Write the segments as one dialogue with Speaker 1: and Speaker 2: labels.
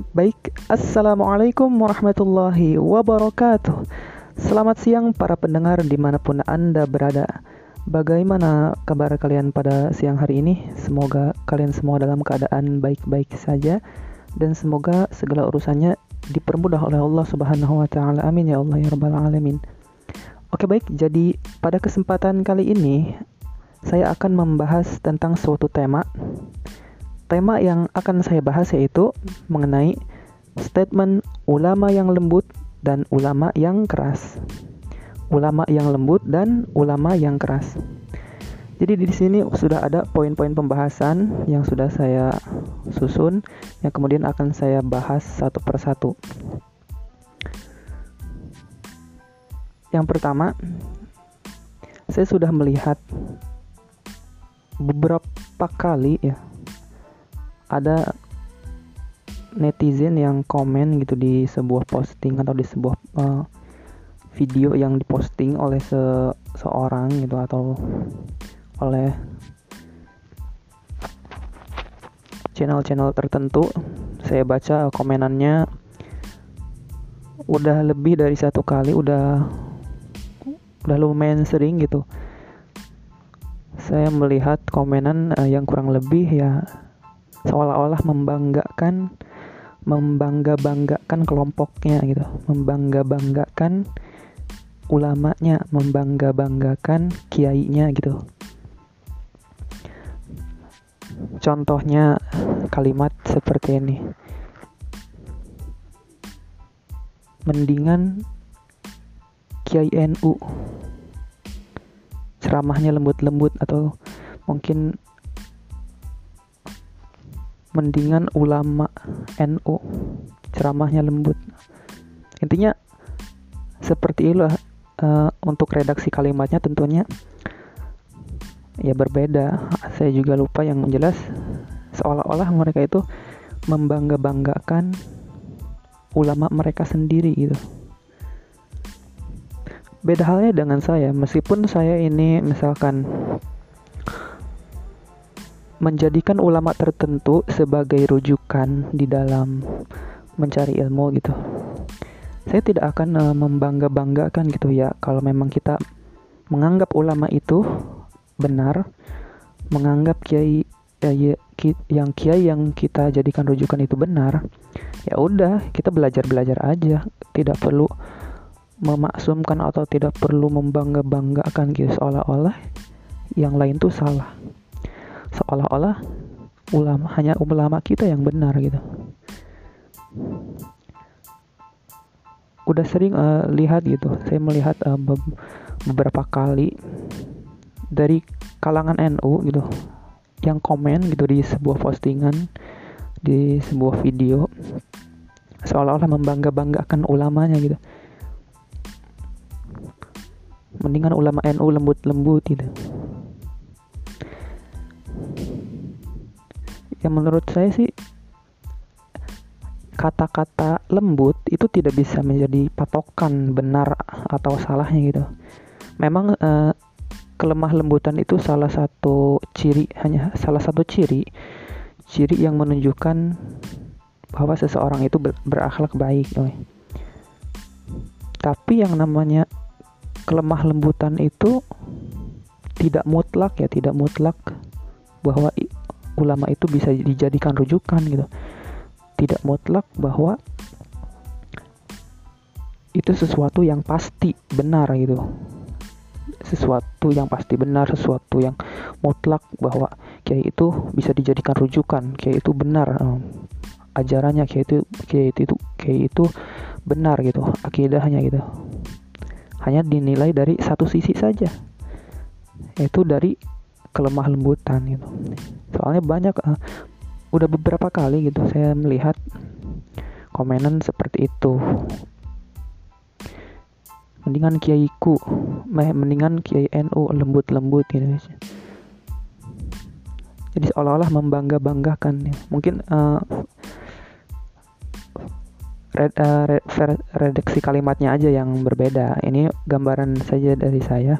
Speaker 1: Baik, Assalamualaikum warahmatullahi wabarakatuh. Selamat siang para pendengar dimanapun Anda berada. Bagaimana kabar kalian pada siang hari ini? Semoga kalian semua dalam keadaan baik-baik saja dan semoga segala urusannya dipermudah oleh Allah Subhanahu wa taala. Amin ya Allah ya rabbal alamin. Oke baik, jadi pada kesempatan kali ini saya akan membahas tentang suatu tema. Tema yang akan saya bahas yaitu mengenai statement ulama yang lembut dan ulama yang keras. Ulama yang lembut dan ulama yang keras. Jadi di sini sudah ada poin-poin pembahasan yang sudah saya susun yang kemudian akan saya bahas satu persatu. Yang pertama, saya sudah melihat beberapa kali ya ada netizen yang komen gitu di sebuah posting atau di sebuah video yang diposting oleh seorang gitu atau oleh channel-channel tertentu. Saya baca komenannya udah lebih dari satu kali, udah lumayan sering gitu. Saya melihat komenan yang kurang lebih ya seolah-olah membangga-banggakan kelompoknya gitu, membangga-banggakan ulamanya, membangga-banggakan kiainya gitu. Contohnya kalimat seperti ini. Mendingan Kiai NU ceramahnya lembut-lembut, atau mungkin mendingan ulama NU ceramahnya lembut. Intinya seperti itulah. Untuk redaksi kalimatnya tentunya ya berbeda. Saya juga lupa, yang jelas seolah-olah mereka itu membangga-banggakan ulama mereka sendiri gitu. Beda halnya dengan saya, meskipun saya ini misalkan menjadikan ulama tertentu sebagai rujukan di dalam mencari ilmu gitu. Saya tidak akan membangga-banggakan gitu ya. Kalau memang kita menganggap ulama itu benar, menganggap kiai yang kita jadikan rujukan itu benar, ya udah kita belajar aja. Tidak perlu memaksumkan atau tidak perlu membangga-banggakan gitu seolah-olah yang lain tuh salah. Seolah-olah hanya ulama kita yang benar gitu. Udah sering lihat gitu, saya melihat beberapa kali dari kalangan NU gitu yang komen gitu di sebuah postingan, di sebuah video, seolah-olah membangga-banggakan ulamanya gitu. Mendingan ulama NU lembut-lembut gitu. Ya menurut saya sih kata-kata lembut itu tidak bisa menjadi patokan benar atau salahnya gitu. Memang kelemah lembutan itu salah satu ciri yang menunjukkan bahwa seseorang itu berakhlak baik. Tapi yang namanya kelemah lembutan itu tidak mutlak bahwa ulama itu bisa dijadikan rujukan gitu. Tidak mutlak bahwa itu sesuatu yang pasti benar gitu. Sesuatu yang pasti benar, sesuatu yang mutlak bahwa kiai itu bisa dijadikan rujukan, kiai itu benar, ajarannya kiai itu benar gitu, akidahnya gitu. Hanya dinilai dari satu sisi saja, yaitu dari kelemah lembutan gitu. Soalnya banyak udah beberapa kali gitu saya melihat komenan seperti itu. Mendingan kiai NU lembut-lembut gitu. Jadi seolah-olah membangga-banggakan ya. Mungkin redaksi kalimatnya aja yang berbeda. Ini gambaran saja dari saya.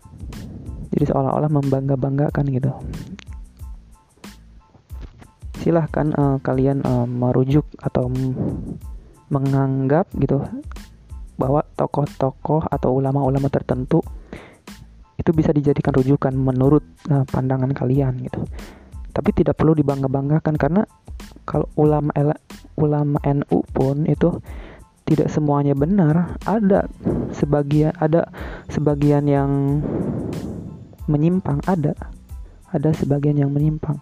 Speaker 1: Jadi seolah-olah membangga-banggakan gitu. silahkan kalian merujuk atau menganggap gitu bahwa tokoh-tokoh atau ulama-ulama tertentu itu bisa dijadikan rujukan menurut pandangan kalian gitu. Tapi tidak perlu dibangga-banggakan, karena kalau ulama NU pun itu tidak semuanya benar. Ada sebagian yang menyimpang, ada sebagian yang menyimpang.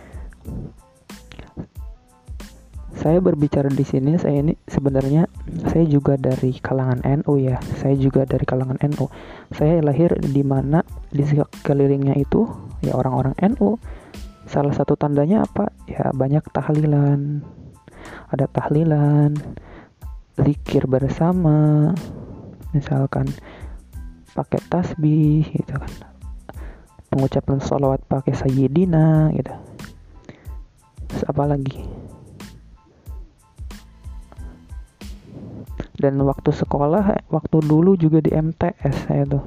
Speaker 1: Saya berbicara di sini, sebenarnya saya juga dari kalangan NU ya. Saya juga dari kalangan NU. Saya lahir di mana di sekelilingnya itu ya orang-orang NU. Salah satu tandanya apa? Ya banyak tahlilan. Ada tahlilan, zikir bersama, misalkan pakai tasbih gitu kan. Pengucapan sholawat pakai sayyidina gitu. Terus apa lagi? Dan waktu sekolah, waktu dulu juga di MTS saya tuh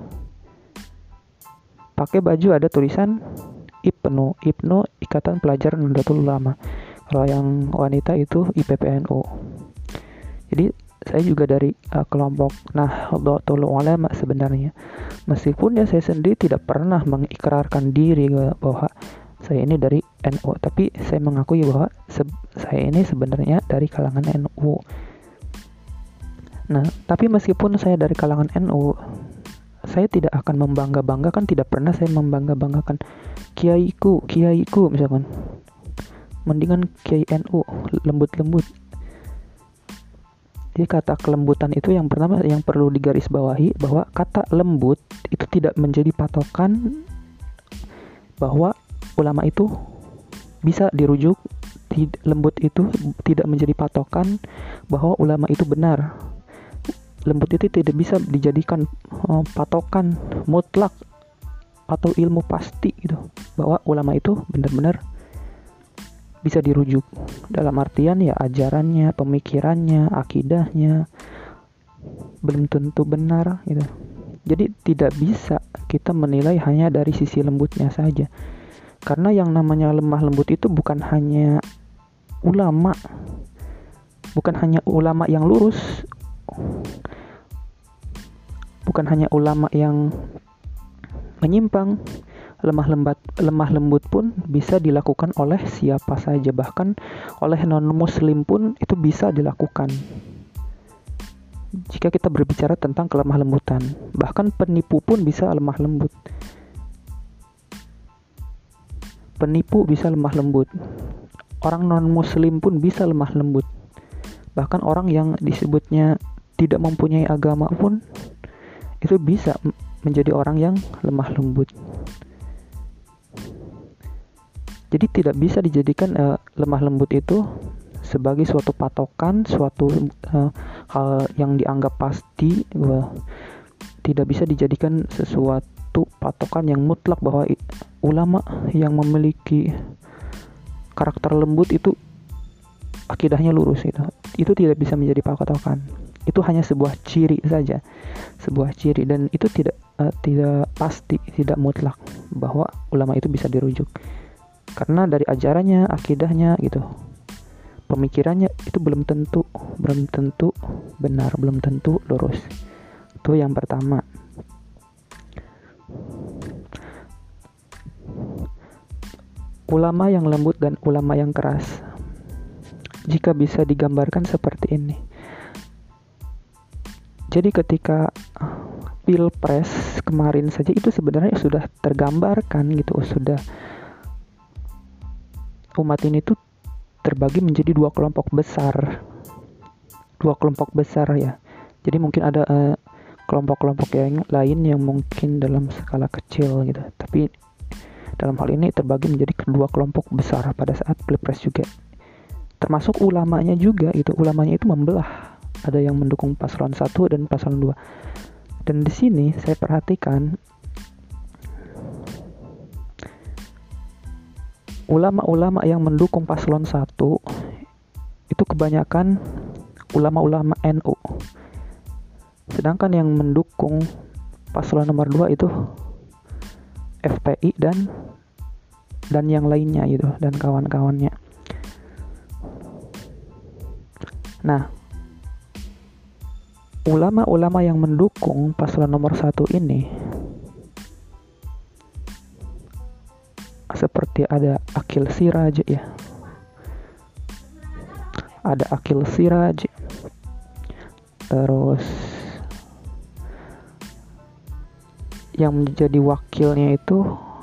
Speaker 1: pakai baju ada tulisan IPNU, Ikatan Pelajar Nahdlatul Ulama. Kalau yang wanita itu IPPNU. Jadi saya juga dari kelompok Nahdlatul Ulama sebenarnya. Meskipun ya saya sendiri tidak pernah mengikrarkan diri bahwa saya ini dari NU, tapi saya mengakui bahwa saya ini sebenarnya dari kalangan NU. Nah, tapi meskipun saya dari kalangan NU, saya tidak akan membangga-banggakan, tidak pernah saya membangga-banggakan kiaiku misalkan. Mendingan kiai NU, lembut-lembut. Jadi kata kelembutan itu yang pertama yang perlu digarisbawahi, bahwa kata lembut itu tidak menjadi patokan bahwa ulama itu bisa dirujuk. Lembut itu tidak menjadi patokan bahwa ulama itu benar. Lembut itu tidak bisa dijadikan patokan mutlak atau ilmu pasti gitu, bahwa ulama itu benar-benar bisa dirujuk. Dalam artian ya ajarannya, pemikirannya, akidahnya belum tentu benar gitu. Jadi tidak bisa kita menilai hanya dari sisi lembutnya saja. Karena yang namanya lemah lembut itu bukan hanya ulama yang lurus, bukan hanya ulama yang menyimpang. Lemah lembut pun bisa dilakukan oleh siapa saja, bahkan oleh non muslim pun itu bisa dilakukan. Jika kita berbicara tentang kelemah lembutan, bahkan penipu pun bisa lemah lembut. Penipu bisa lemah lembut. Orang non muslim pun bisa lemah lembut. Bahkan orang yang disebutnya tidak mempunyai agama pun itu bisa menjadi orang yang lemah lembut. Jadi tidak bisa dijadikan lemah lembut itu sebagai suatu patokan, suatu hal yang dianggap pasti. Tidak bisa dijadikan sesuatu patokan yang mutlak bahwa ulama yang memiliki karakter lembut itu akidahnya lurus itu. Itu tidak bisa menjadi patokan. Itu hanya sebuah ciri saja, sebuah ciri, dan itu tidak pasti, tidak mutlak bahwa ulama itu bisa dirujuk. Karena dari ajarannya, akidahnya gitu, pemikirannya itu belum tentu benar, belum tentu lurus. Itu yang pertama. Ulama yang lembut dan ulama yang keras, jika bisa digambarkan seperti ini. Jadi ketika Pilpres kemarin saja itu sebenarnya sudah tergambarkan gitu, sudah umat ini tuh terbagi menjadi dua kelompok besar ya. Jadi mungkin ada kelompok-kelompok yang lain yang mungkin dalam skala kecil gitu, tapi dalam hal ini terbagi menjadi kedua kelompok besar pada saat Pilpres juga. Termasuk ulamanya juga gitu, ulamanya itu membelah. Ada yang mendukung paslon 1 dan paslon 2. Dan di sini saya perhatikan ulama-ulama yang mendukung paslon 1 itu kebanyakan ulama-ulama NU. Sedangkan yang mendukung paslon nomor 2 itu FPI dan yang lainnya gitu, dan kawan-kawannya. Nah, ulama-ulama yang mendukung paslon nomor 1 ini seperti ada Aqil Siraj ya. Ada Aqil Siraj. Terus yang menjadi wakilnya itu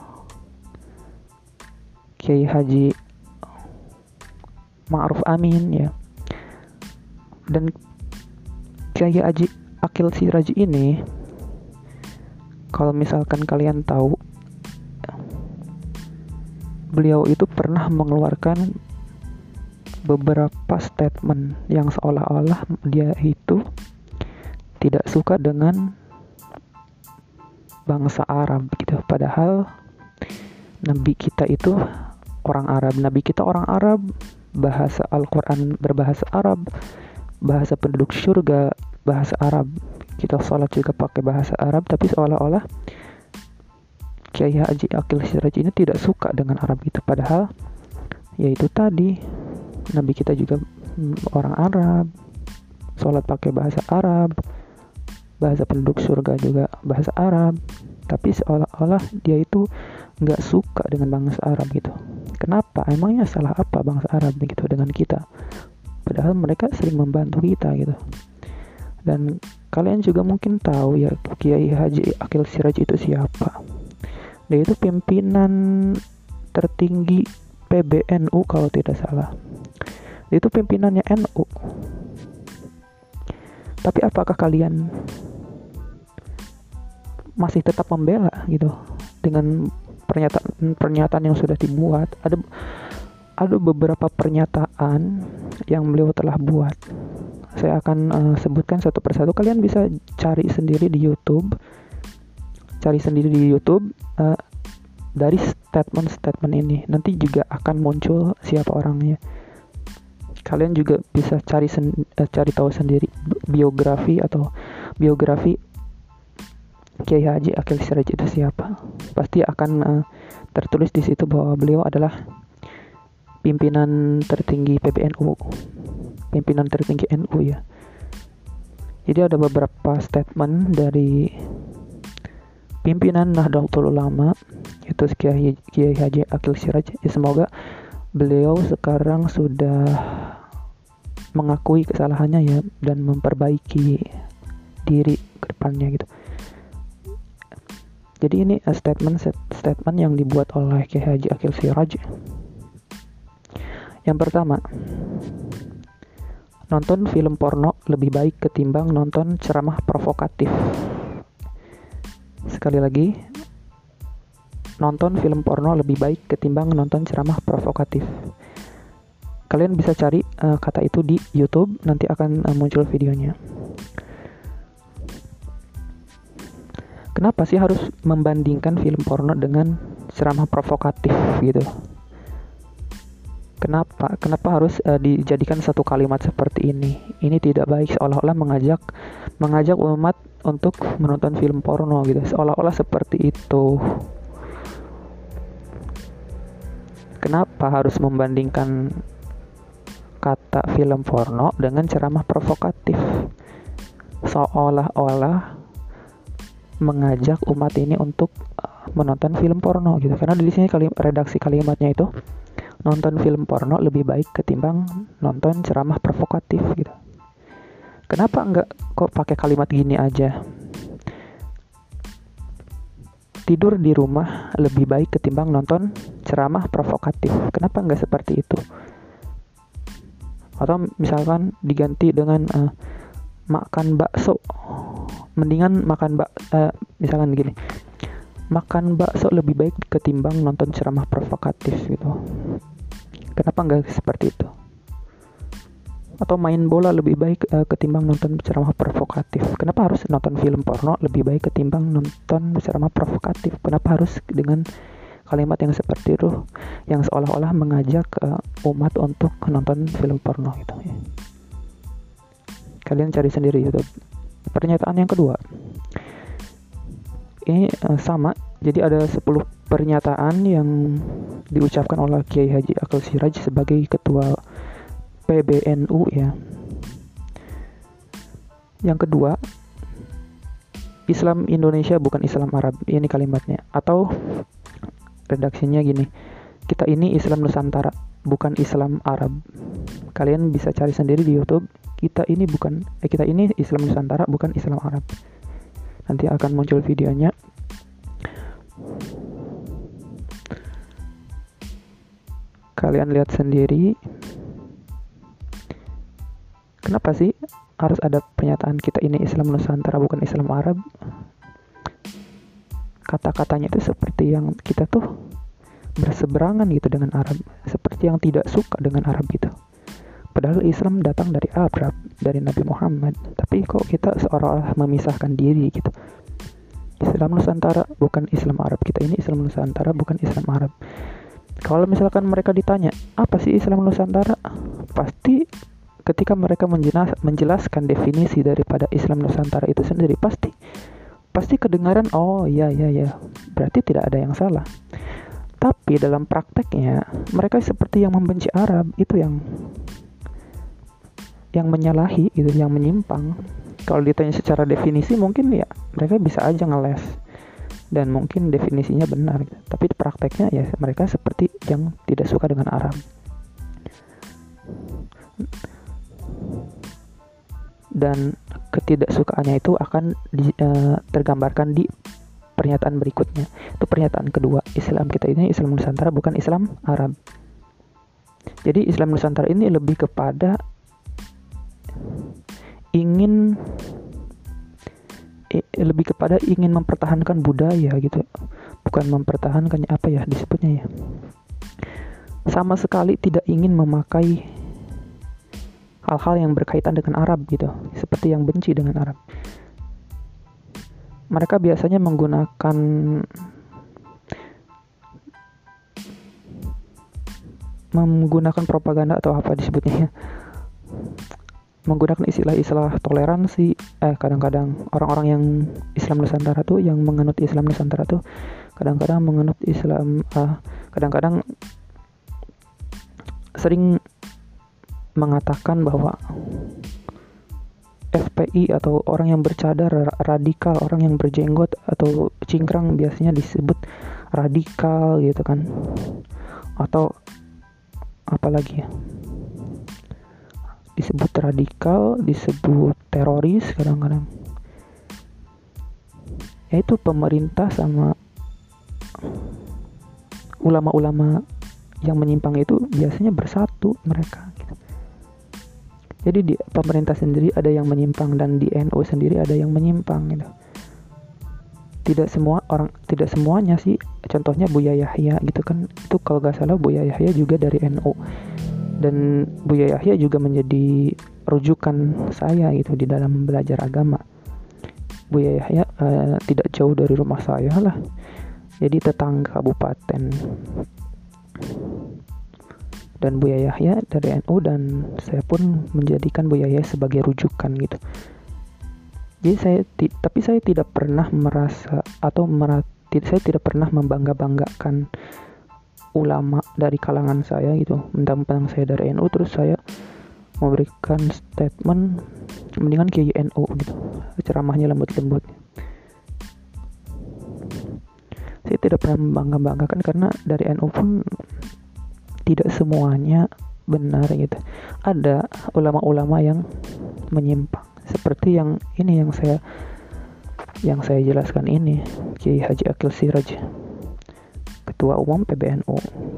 Speaker 1: Kiai Haji Ma'ruf Amin ya. Dan Kiai Haji Aqil Siraj ini, kalau misalkan kalian tahu, beliau itu pernah mengeluarkan beberapa statement yang seolah-olah dia itu tidak suka dengan bangsa Arab gitu. Padahal Nabi kita itu orang Arab. Nabi kita orang Arab, bahasa Al-Quran berbahasa Arab, bahasa penduduk surga bahasa Arab. Kita sholat juga pakai bahasa Arab, tapi seolah-olah Kiai Haji Aqil Siraj ini tidak suka dengan Arab itu. Padahal yaitu tadi, Nabi kita juga orang Arab, sholat pakai bahasa Arab, bahasa penduduk surga juga bahasa Arab, tapi seolah-olah dia itu nggak suka dengan bangsa Arab gitu. Kenapa? Emangnya salah apa bangsa Arab begitu dengan kita? Padahal mereka sering membantu kita gitu. Dan kalian juga mungkin tahu ya, Kiai Haji Aqil Siraj itu siapa. Dia itu pimpinan tertinggi PBNU kalau tidak salah. Dia itu pimpinannya NU. Tapi apakah kalian masih tetap membela gitu dengan pernyataan yang sudah dibuat? Ada beberapa pernyataan yang beliau telah buat. Saya akan sebutkan satu persatu. Kalian bisa cari sendiri di YouTube. Dari statement ini. Nanti juga akan muncul siapa orangnya. Kalian juga bisa cari tahu sendiri biografi Kiai Haji Aqil Siraj itu siapa. Pasti akan tertulis di situ bahwa beliau adalah pimpinan tertinggi PBNU, pimpinan tertinggi NU ya. Jadi ada beberapa statement dari pimpinan Nahdlatul Ulama, itu Kiai Haji Aqil Siraj. Ya, semoga beliau sekarang sudah mengakui kesalahannya ya, dan memperbaiki diri ke depannya gitu. Jadi ini statement yang dibuat oleh Kiai Haji Aqil Siraj. Yang pertama, nonton film porno lebih baik ketimbang nonton ceramah provokatif. Sekali lagi, nonton film porno lebih baik ketimbang nonton ceramah provokatif. Kalian bisa cari kata itu di YouTube, nanti akan muncul videonya. Kenapa sih harus membandingkan film porno dengan ceramah provokatif gitu? Kenapa harus dijadikan satu kalimat seperti ini? Ini tidak baik, seolah-olah mengajak umat untuk menonton film porno gitu. Seolah-olah seperti itu. Kenapa harus membandingkan kata film porno dengan ceramah provokatif? Seolah-olah mengajak umat ini untuk menonton film porno gitu. Karena di sini redaksi kalimatnya itu, nonton film porno lebih baik ketimbang nonton ceramah provokatif gitu. Kenapa enggak kok pakai kalimat gini aja? Tidur di rumah lebih baik ketimbang nonton ceramah provokatif. Kenapa enggak seperti itu? Atau misalkan diganti dengan makan bakso. Mendingan misalkan gini. Makan bakso lebih baik ketimbang nonton ceramah provokatif gitu. Kenapa enggak seperti itu? Atau main bola lebih baik ketimbang nonton ceramah provokatif. Kenapa harus nonton film porno lebih baik ketimbang nonton ceramah provokatif? Kenapa harus dengan kalimat yang seperti itu, yang seolah-olah mengajak umat untuk nonton film porno gitu ya. Kalian cari sendiri YouTube. Pernyataan yang kedua. Ini sama, jadi ada 10 pernyataan yang diucapkan oleh Kiai Haji Aqil Siraj sebagai ketua PBNU ya. Yang kedua, Islam Indonesia bukan Islam Arab. Ini kalimatnya. Atau redaksinya gini, kita ini Islam Nusantara, bukan Islam Arab. Kalian bisa cari sendiri di YouTube. Kita ini Islam Nusantara, bukan Islam Arab. Nanti akan muncul videonya. Kalian lihat sendiri. Kenapa sih harus ada pernyataan kita ini Islam Nusantara bukan Islam Arab? Kata-katanya itu seperti yang kita tuh berseberangan gitu dengan Arab, seperti yang tidak suka dengan Arab gitu. Padahal Islam datang dari Arab, dari Nabi Muhammad. Tapi kok kita seolah-olah memisahkan diri gitu. Islam Nusantara bukan Islam Arab. Kita ini Islam Nusantara bukan Islam Arab. Kalau misalkan mereka ditanya, apa sih Islam Nusantara? Pasti ketika mereka menjelaskan definisi daripada Islam Nusantara itu sendiri, pasti kedengaran, oh iya, berarti tidak ada yang salah. Tapi dalam prakteknya mereka seperti yang membenci Arab, itu yang menyalahi gitu, yang menyimpang. Kalau ditanya secara definisi mungkin ya mereka bisa aja ngeles dan mungkin definisinya benar gitu. Tapi prakteknya ya mereka seperti yang tidak suka dengan Arab. Dan ketidaksukaannya itu akan tergambarkan di pernyataan berikutnya. Itu pernyataan kedua, Islam kita ini Islam Nusantara bukan Islam Arab. Jadi Islam Nusantara ini lebih kepada ingin mempertahankan budaya gitu, bukan mempertahankan apa ya disebutnya ya, sama sekali tidak ingin memakai hal-hal yang berkaitan dengan Arab gitu, seperti yang benci dengan Arab. Mereka biasanya menggunakan propaganda atau apa disebutnya ya, menggunakan istilah-istilah toleransi. Kadang-kadang orang-orang yang Islam Nusantara tuh, yang menganut Islam Nusantara tuh kadang-kadang menganut Islam, kadang-kadang sering mengatakan bahwa FPI atau orang yang bercadar radikal, orang yang berjenggot atau cingkrang biasanya disebut radikal gitu kan, atau apalagi ya, disebut radikal, disebut teroris kadang-kadang. Yaitu pemerintah sama ulama-ulama yang menyimpang itu biasanya bersatu mereka gitu. Jadi di pemerintah sendiri ada yang menyimpang dan di NU sendiri ada yang menyimpang gitu. Tidak semuanya sih. Contohnya Buya Yahya gitu kan, itu kalau gak salah Buya Yahya juga dari NU. Dan Buya Yahya juga menjadi rujukan saya gitu di dalam belajar agama. Buya Yahya tidak jauh dari rumah saya lah, jadi tetangga kabupaten. Dan Buya Yahya dari NU dan saya pun menjadikan Buya Yahya sebagai rujukan gitu. Jadi saya tidak pernah merasa atau saya tidak pernah membangga-banggakan ulama dari kalangan saya gitu. Mentang-mentang saya dari NU terus saya memberikan statement mendingan Kiai NU gitu, ceramahnya lembut-lembut. Saya tidak pernah membangga-banggakan karena dari NU pun tidak semuanya benar gitu. Ada ulama-ulama yang menyimpang seperti yang ini yang saya jelaskan ini, Kiai Haji Akil Siraj, Ketua Umum PBNU.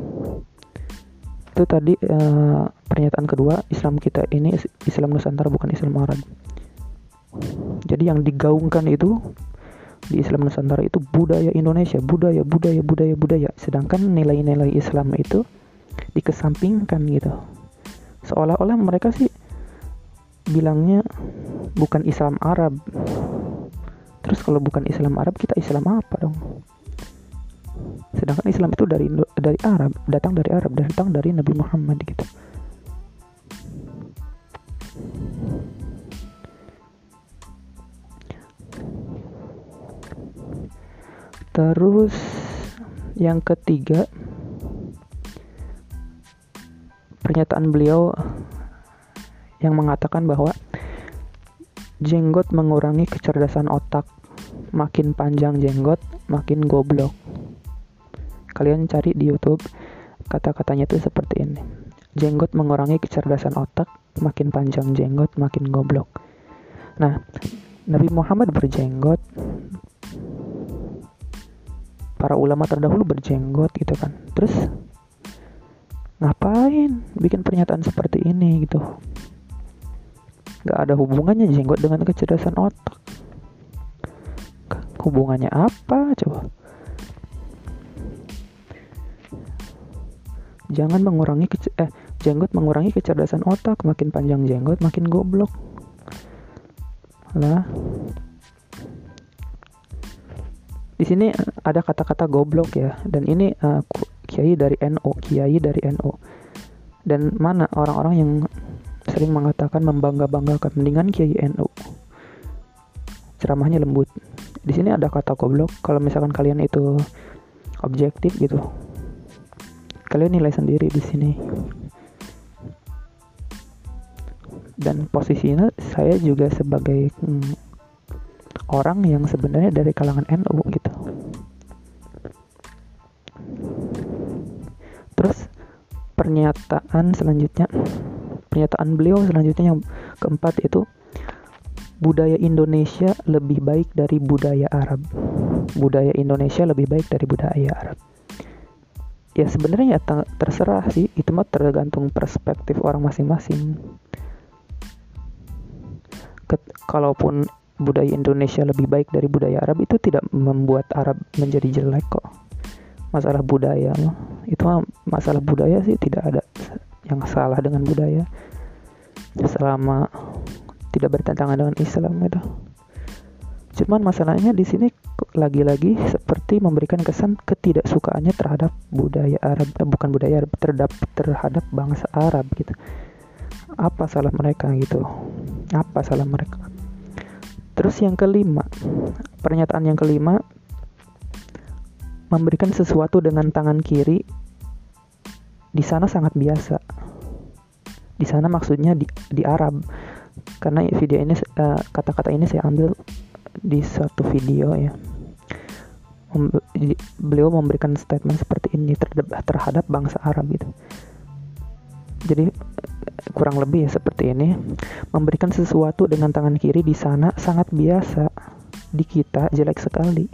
Speaker 1: Itu tadi pernyataan kedua, Islam kita ini Islam Nusantara bukan Islam Arab. Jadi yang digaungkan itu di Islam Nusantara itu budaya Indonesia, budaya. Sedangkan nilai-nilai Islam itu dikesampingkan gitu. Seolah-olah mereka sih bilangnya bukan Islam Arab. Terus kalau bukan Islam Arab, kita Islam apa dong? Sedangkan Islam itu dari Arab, datang dari Nabi Muhammad gitu. Terus yang ketiga, pernyataan beliau yang mengatakan bahwa Jenggot mengurangi kecerdasan otak. Makin panjang jenggot, makin goblok. Kalian cari di YouTube, kata-katanya tuh seperti ini. Jenggot mengurangi kecerdasan otak, makin panjang jenggot, makin goblok. Nah, Nabi Muhammad berjenggot, para ulama terdahulu berjenggot gitu kan. Terus ngapain bikin pernyataan seperti ini gitu? Gak ada hubungannya jenggot dengan kecerdasan otak. Hubungannya apa coba? Jenggot mengurangi kecerdasan otak, makin panjang jenggot makin goblok. Lah. Di sini ada kata-kata goblok ya, dan ini kiai dari NU. Dan mana orang-orang yang sering mengatakan membangga-banggakan, mendingan kiai NU. Ceramahnya lembut. Di sini ada kata goblok. Kalau misalkan kalian itu objektif gitu, kalian nilai sendiri di sini. Dan posisinya saya juga sebagai orang yang sebenarnya dari kalangan NU gitu. Terus pernyataan beliau selanjutnya yang keempat itu, budaya Indonesia lebih baik dari budaya Arab. Budaya Indonesia lebih baik dari budaya Arab. Ya sebenarnya terserah sih, itu mah tergantung perspektif orang masing-masing. Kalaupun budaya Indonesia lebih baik dari budaya Arab, itu tidak membuat Arab menjadi jelek kok. Masalah budaya masalah budaya sih tidak ada yang salah dengan budaya selama tidak bertentangan dengan Islam gitu. Cuman masalahnya di sini lagi-lagi seperti memberikan kesan ketidaksukaannya terhadap budaya Arab, bukan budaya Arab, terhadap bangsa Arab gitu. Apa salah mereka gitu? Apa salah mereka? Terus yang kelima, pernyataan yang kelima, memberikan sesuatu dengan tangan kiri di sana sangat biasa. Di sana maksudnya di Arab. Karena video ini kata-kata ini saya ambil di suatu video ya. Beliau memberikan statement seperti ini terhadap bangsa Arab gitu. Jadi kurang lebih ya seperti ini, memberikan sesuatu dengan tangan kiri di sana sangat biasa, di kita jelek sekali.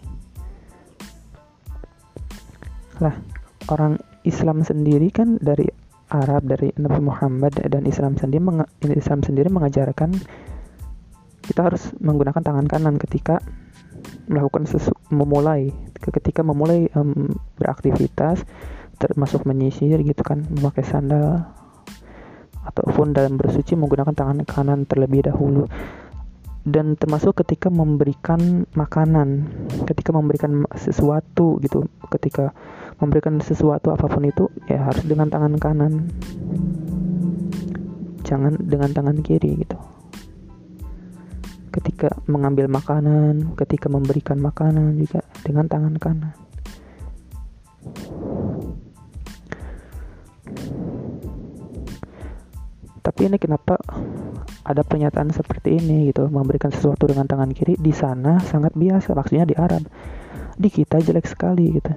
Speaker 1: Lah, orang Islam sendiri kan dari Arab, dari Nabi Muhammad, dan Islam sendiri mengajarkan kita harus menggunakan tangan kanan ketika melakukan ketika memulai beraktivitas, termasuk menyisir gitu kan, memakai sandal ataupun dalam bersuci menggunakan tangan kanan terlebih dahulu. Dan termasuk ketika memberikan makanan, ketika memberikan sesuatu gitu, ketika memberikan sesuatu apapun itu ya harus dengan tangan kanan, jangan dengan tangan kiri gitu. Ketika mengambil makanan, ketika memberikan makanan juga dengan tangan kanan. Tapi ini kenapa ada pernyataan seperti ini gitu, memberikan sesuatu dengan tangan kiri di sana sangat biasa, maksudnya di Arab. Di kita jelek sekali gitu.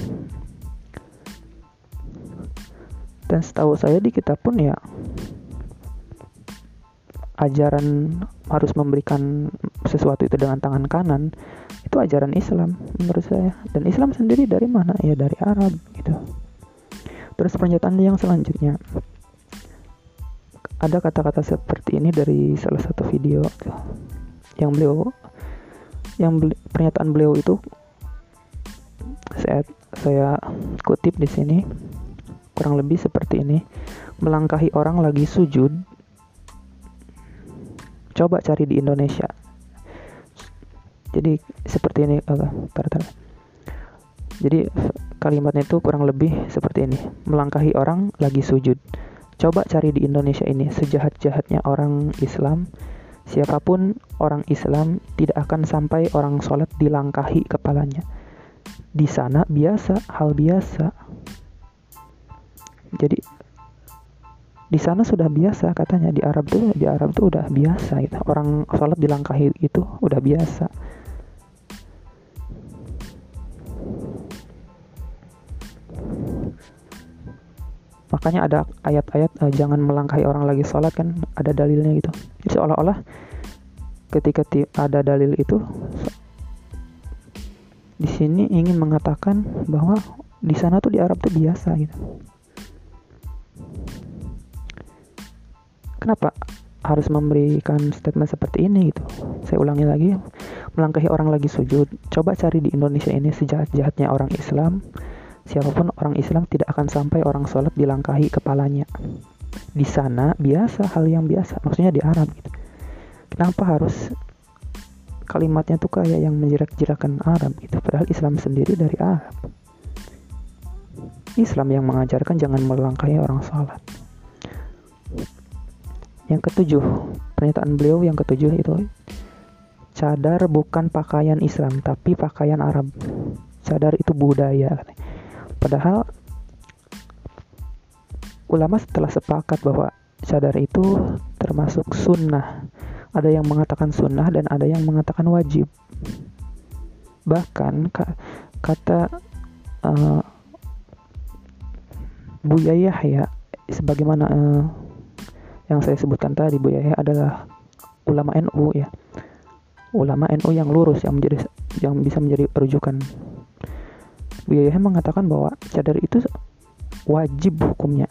Speaker 1: Dan setahu saya di kita pun ya ajaran harus memberikan sesuatu itu dengan tangan kanan itu ajaran Islam menurut saya. Dan Islam sendiri dari mana? Ya dari Arab gitu. Terus pernyataan yang selanjutnya, ada kata-kata seperti ini dari salah satu video pernyataan beliau itu saya kutip di sini, kurang lebih seperti ini. Melangkahi orang lagi sujud, coba cari di Indonesia. Jadi seperti ini, jadi kalimatnya itu kurang lebih seperti ini. Melangkahi orang lagi sujud, coba cari di Indonesia ini. Sejahat-jahatnya orang Islam, siapapun orang Islam tidak akan sampai orang sholat dilangkahi kepalanya. Di sana biasa, hal biasa. Jadi Di sana sudah biasa katanya, di Arab tuh udah biasa gitu. Orang sholat dilangkahi itu udah biasa. Makanya ada ayat-ayat jangan melangkahi orang lagi sholat, kan ada dalilnya gitu. Jadi seolah-olah ketika ada dalil itu, di sini ingin mengatakan bahwa di sana tuh di Arab tuh biasa gitu. Kenapa harus memberikan statement seperti ini gitu? Saya ulangi lagi, melangkahi orang lagi sujud. Coba cari di Indonesia ini, sejahat-jahatnya orang Islam, siapapun orang Islam tidak akan sampai orang sholat dilangkahi kepalanya. Di sana biasa, hal yang biasa. Maksudnya di Arab gitu. Kenapa harus kalimatnya tuh kayak yang menjirak-jirakan Arab gitu? Padahal Islam sendiri dari Arab. Islam yang mengajarkan jangan melangkahi orang sholat. Yang ketujuh, pernyataan beliau yang ketujuh itu, cadar bukan pakaian Islam tapi pakaian Arab. Cadar itu budaya. Padahal ulama setelah sepakat bahwa cadar itu termasuk sunnah. Ada yang mengatakan sunnah dan ada yang mengatakan wajib. Bahkan kata Buya Yahya, sebagaimana yang saya sebutkan tadi, Buya Yahya adalah ulama NU ya. Ulama NU yang lurus, yang bisa menjadi rujukan. Buya Yahya mengatakan bahwa cadar itu wajib hukumnya.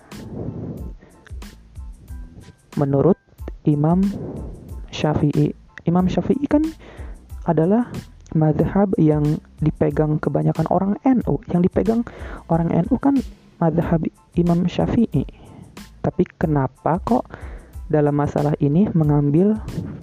Speaker 1: Menurut Imam Syafi'i. Imam Syafi'i kan adalah mazhab yang dipegang kebanyakan orang NU. Yang dipegang orang NU kan mazhab Imam Syafi'i. Tapi kenapa kok dalam masalah ini mengambil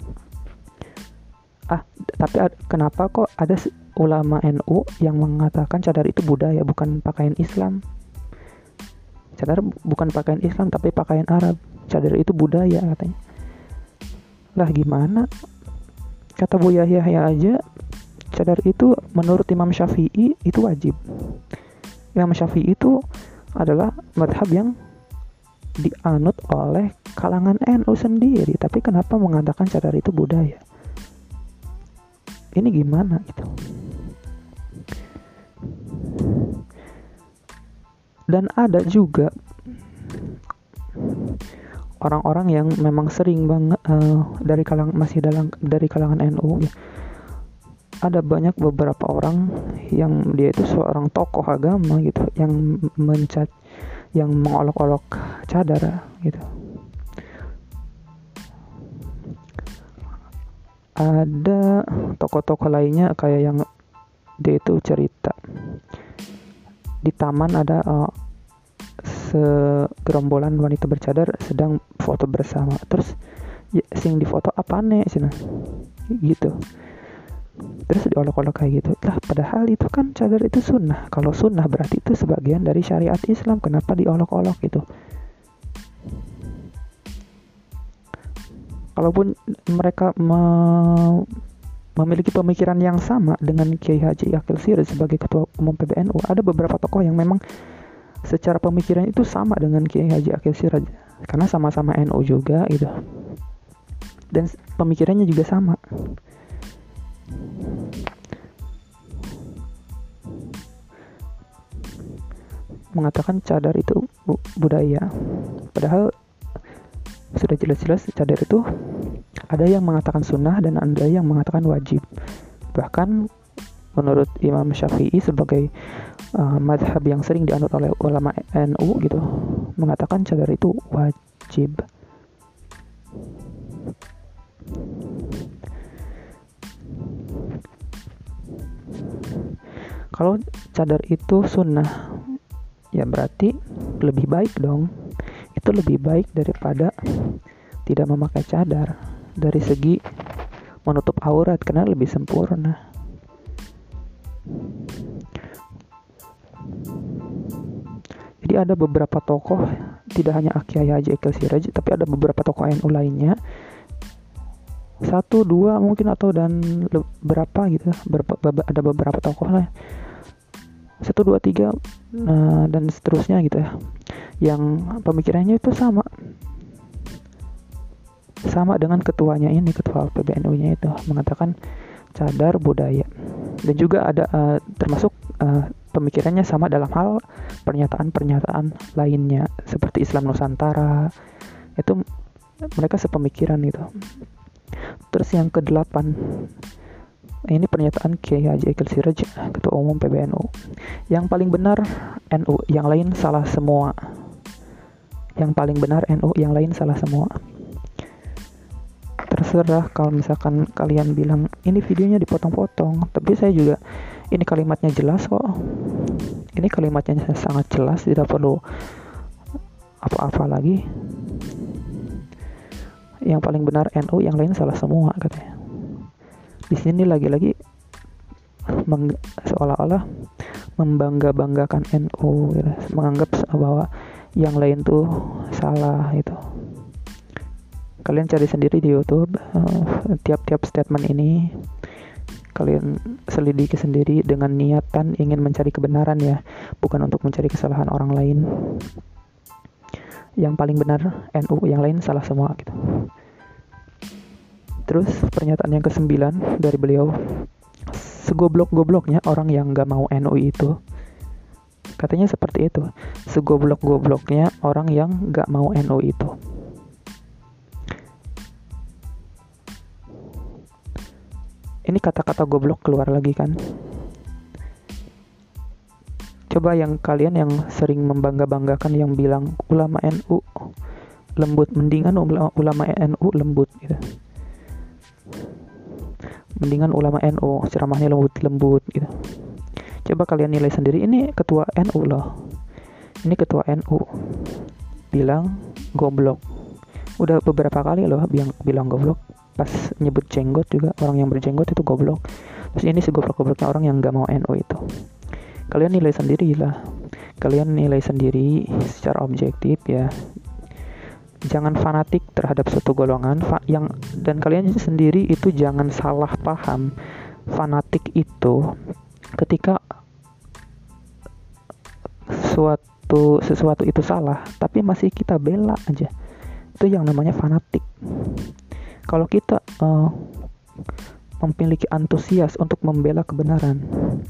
Speaker 1: kenapa kok ada ulama NU yang mengatakan cadar itu budaya, bukan pakaian Islam? Cadar bukan pakaian Islam tapi pakaian Arab. Cadar itu budaya katanya. Lah gimana? Kata Buya Yahya aja, cadar itu menurut Imam Syafi'i itu wajib. Imam Syafi'i itu adalah mazhab yang dianut oleh kalangan NU sendiri, tapi kenapa mengatakan cadar itu budaya? Ini gimana gitu? Dan ada juga orang-orang yang memang sering banget dari kalangan NU ya. Ada banyak beberapa orang yang dia itu seorang tokoh agama gitu, yang mengolok-olok cadar gitu. Ada tokoh-tokoh lainnya kayak yang dia itu cerita di taman ada segerombolan wanita bercadar sedang foto bersama, terus sing di foto apane cina gitu, terus diolok-olok kayak gitu. Lah padahal itu kan cadar itu sunnah. Kalau sunnah berarti itu sebagian dari syariat Islam, kenapa diolok-olok gitu? Kalaupun mereka memiliki pemikiran yang sama dengan Kiai Haji Akil Siraj sebagai ketua umum PBNU, ada beberapa tokoh yang memang secara pemikiran itu sama dengan Kiai Haji Akil Siraj karena sama-sama NU juga gitu, dan pemikirannya juga sama. Mengatakan cadar itu budaya, padahal sudah jelas-jelas cadar itu ada yang mengatakan sunnah dan ada yang mengatakan wajib. Bahkan menurut Imam Syafi'i sebagai mazhab yang sering dianut oleh ulama NU gitu, mengatakan cadar itu wajib. Kalau cadar itu sunnah, ya berarti lebih baik dong. Itu lebih baik daripada tidak memakai cadar dari segi menutup aurat, karena lebih sempurna. Jadi ada beberapa tokoh, tidak hanya Kiai Haji Akil Siraj, tapi ada beberapa tokoh NU lainnya, 1, 2 mungkin, atau dan berapa gitu, ada beberapa tokoh lah, 1, 2, 3 dan seterusnya gitu ya, yang pemikirannya itu sama. sama dengan ketuanya ini, ketua PBNU-nya itu mengatakan cadar budaya. Dan juga ada termasuk pemikirannya sama dalam hal pernyataan-pernyataan lainnya seperti Islam Nusantara. Itu mereka sepemikiran gitu. Terus yang ke-8, ini pernyataan Kiai Haji Akil Siraj, Ketua Umum PBNU. Yang paling benar NU, yang lain salah semua. Yang paling benar NU, yang lain salah semua. Terserah kalau misalkan kalian bilang ini videonya dipotong-potong, tapi saya juga ini kalimatnya jelas kok. Ini kalimatnya sangat jelas, tidak perlu apa-apa lagi. Yang paling benar NU, yang lain salah semua katanya. Di sini lagi-lagi seolah-olah membangga-banggakan NU gitu. Menganggap bahwa yang lain tuh salah itu. Kalian cari sendiri di YouTube tiap-tiap statement ini, kalian selidiki sendiri dengan niatan ingin mencari kebenaran ya, bukan untuk mencari kesalahan orang lain. Yang paling benar NU, yang lain salah semua gitu. Terus pernyataan yang ke-9 dari beliau, segoblok-gobloknya orang yang gak mau NU itu. Katanya seperti itu, segoblok-gobloknya orang yang gak mau NU itu. Ini kata-kata goblok keluar lagi kan. Coba yang kalian yang sering membangga-banggakan yang bilang ulama NU lembut, mendingan ulama NU lembut gitu. Mendingan ulama NU ceramahnya lembut-lembut gitu. Coba kalian nilai sendiri, ini ketua NU loh. Ini ketua NU bilang goblok. Udah beberapa kali loh bilang goblok. Pas nyebut jenggot juga, orang yang berjenggot itu goblok. Terus ini segoblok-gobloknya orang yang gak mau NU itu. Kalian nilai sendiri lah. Kalian nilai sendiri secara objektif ya. Jangan fanatik terhadap suatu golongan dan kalian sendiri itu jangan salah paham. Fanatik itu ketika sesuatu itu salah tapi masih kita bela aja, itu yang namanya fanatik. Kalau kita memiliki antusias untuk membela kebenaran,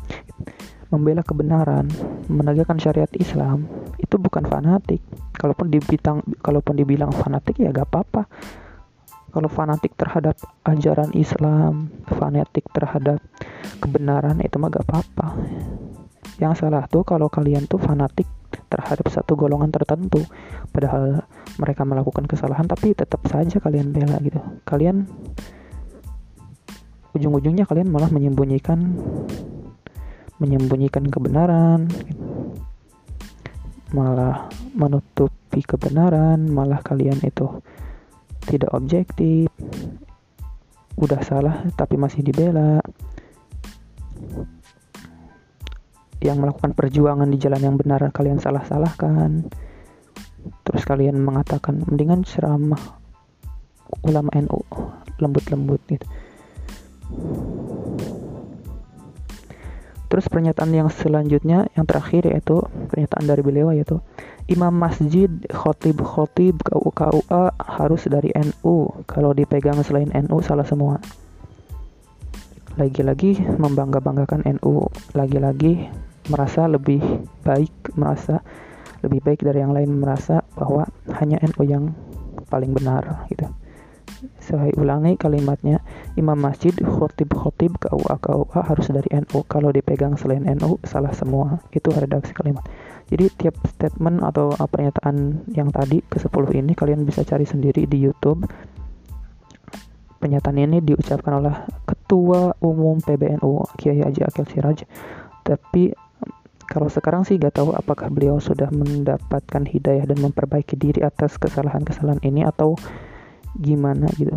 Speaker 1: menegakkan syariat Islam, itu bukan fanatik. Kalaupun dibilang fanatik ya gak apa-apa. Kalau fanatik terhadap ajaran Islam, fanatik terhadap kebenaran, itu mah gak apa-apa. Yang salah tuh kalau kalian tuh fanatik terhadap satu golongan tertentu, padahal mereka melakukan kesalahan tapi tetap saja kalian bela gitu. Kalian ujung-ujungnya kalian malah menyembunyikan kebenaran, malah menutupi kebenaran, malah kalian itu tidak objektif. Udah salah tapi masih dibela. Yang melakukan perjuangan di jalan yang benar kalian salah-salahkan. Terus kalian mengatakan mendingan ceramah ulama NU lembut-lembut gitu. Terus pernyataan yang selanjutnya, yang terakhir, yaitu pernyataan dari beliau, yaitu imam masjid, khotib KUA harus dari NU. Kalau dipegang selain NU salah semua. Lagi-lagi membangga-banggakan NU, lagi-lagi merasa lebih baik dari yang lain, merasa bahwa hanya NU yang paling benar gitu. Saya ulangi kalimatnya, imam masjid, khotib KUA harus dari NU. Kalau dipegang selain NU salah semua. Itu redaksi kalimat. Jadi tiap statement atau pernyataan yang tadi ke-10 ini kalian bisa cari sendiri di YouTube. Pernyataan ini diucapkan oleh Ketua Umum PBNU Kiai Haji Akil Siraj. Tapi kalau sekarang sih gak tahu apakah beliau sudah mendapatkan hidayah dan memperbaiki diri atas kesalahan-kesalahan ini atau gimana gitu.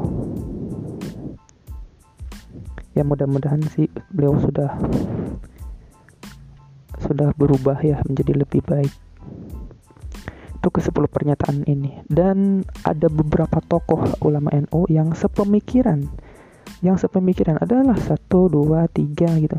Speaker 1: Ya mudah-mudahan sih beliau sudah berubah ya menjadi lebih baik. Itu ke-10 pernyataan ini. Dan ada beberapa tokoh ulama NU yang sepemikiran adalah 1, 2, 3 gitu.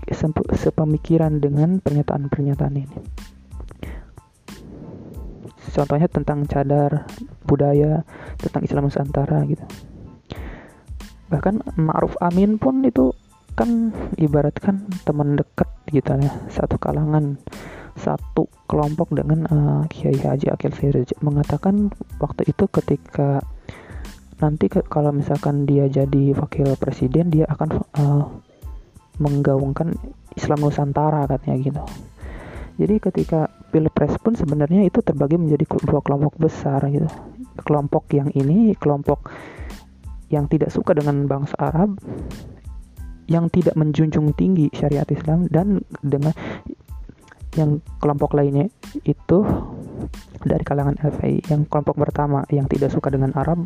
Speaker 1: Sepemikiran dengan pernyataan-pernyataan ini. contohnya tentang cadar, budaya, tentang Islam Nusantara gitu. Bahkan Ma'ruf Amin pun itu kan ibaratkan teman dekat gitu ya, satu kalangan, satu kelompok dengan Kiai Haji Akil Siraj. Mengatakan waktu itu ketika nanti kalau misalkan dia jadi wakil presiden, dia akan menggaungkan Islam Nusantara katanya gitu. Jadi ketika Pilpres pun sebenarnya itu terbagi menjadi dua kelompok besar gitu. Kelompok yang ini, kelompok yang tidak suka dengan bangsa Arab, yang tidak menjunjung tinggi syariat Islam, dan dengan yang kelompok lainnya itu dari kalangan FPI. Yang kelompok pertama yang tidak suka dengan Arab,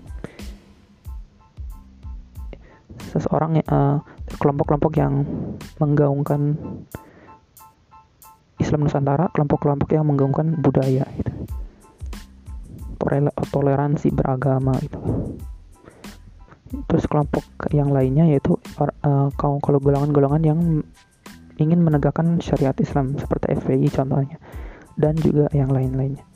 Speaker 1: seseorang kelompok-kelompok yang menggaungkan Islam Nusantara, kelompok-kelompok yang menggaungkan budaya gitu. Toleransi beragama gitu. Terus kelompok yang lainnya yaitu kalau golongan-golongan yang ingin menegakkan syariat Islam seperti FPI contohnya, dan juga yang lain-lainnya.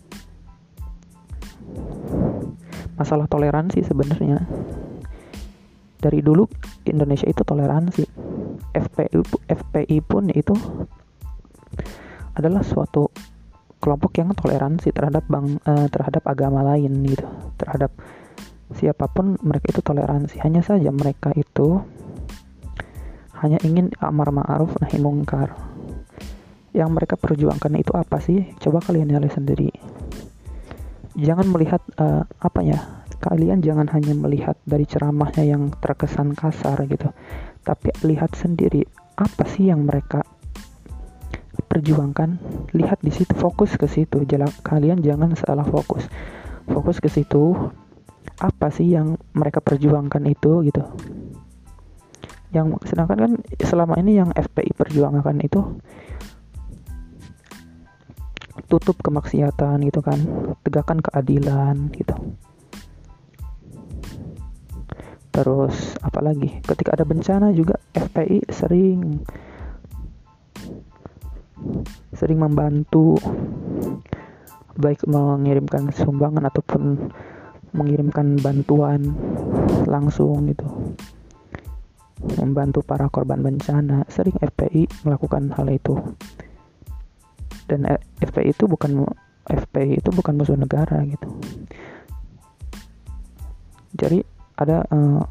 Speaker 1: Masalah toleransi sebenarnya dari dulu Indonesia itu toleransi. FPI pun itu adalah suatu kelompok yang toleransi terhadap agama lain gitu, terhadap siapapun mereka itu toleransi. Hanya saja mereka itu hanya ingin amar ma'ruf nahi mungkar. Yang mereka perjuangkan itu apa sih? Coba kalian nilai sendiri. Jangan melihat kalian jangan hanya melihat dari ceramahnya yang terkesan kasar gitu, tapi lihat sendiri apa sih yang mereka perjuangkan. Lihat di situ, fokus ke situ. Kalian jangan salah fokus ke situ. Apa sih yang mereka perjuangkan itu gitu. Yang sedangkan kan selama ini yang FPI perjuangkan itu tutup kemaksiatan gitu kan, tegakkan keadilan gitu. Terus apalagi ketika ada bencana juga FPI sering membantu, baik mengirimkan sumbangan ataupun mengirimkan bantuan langsung gitu, membantu para korban bencana. Sering FPI melakukan hal itu. Dan FPI itu bukan musuh negara gitu. Jadi ada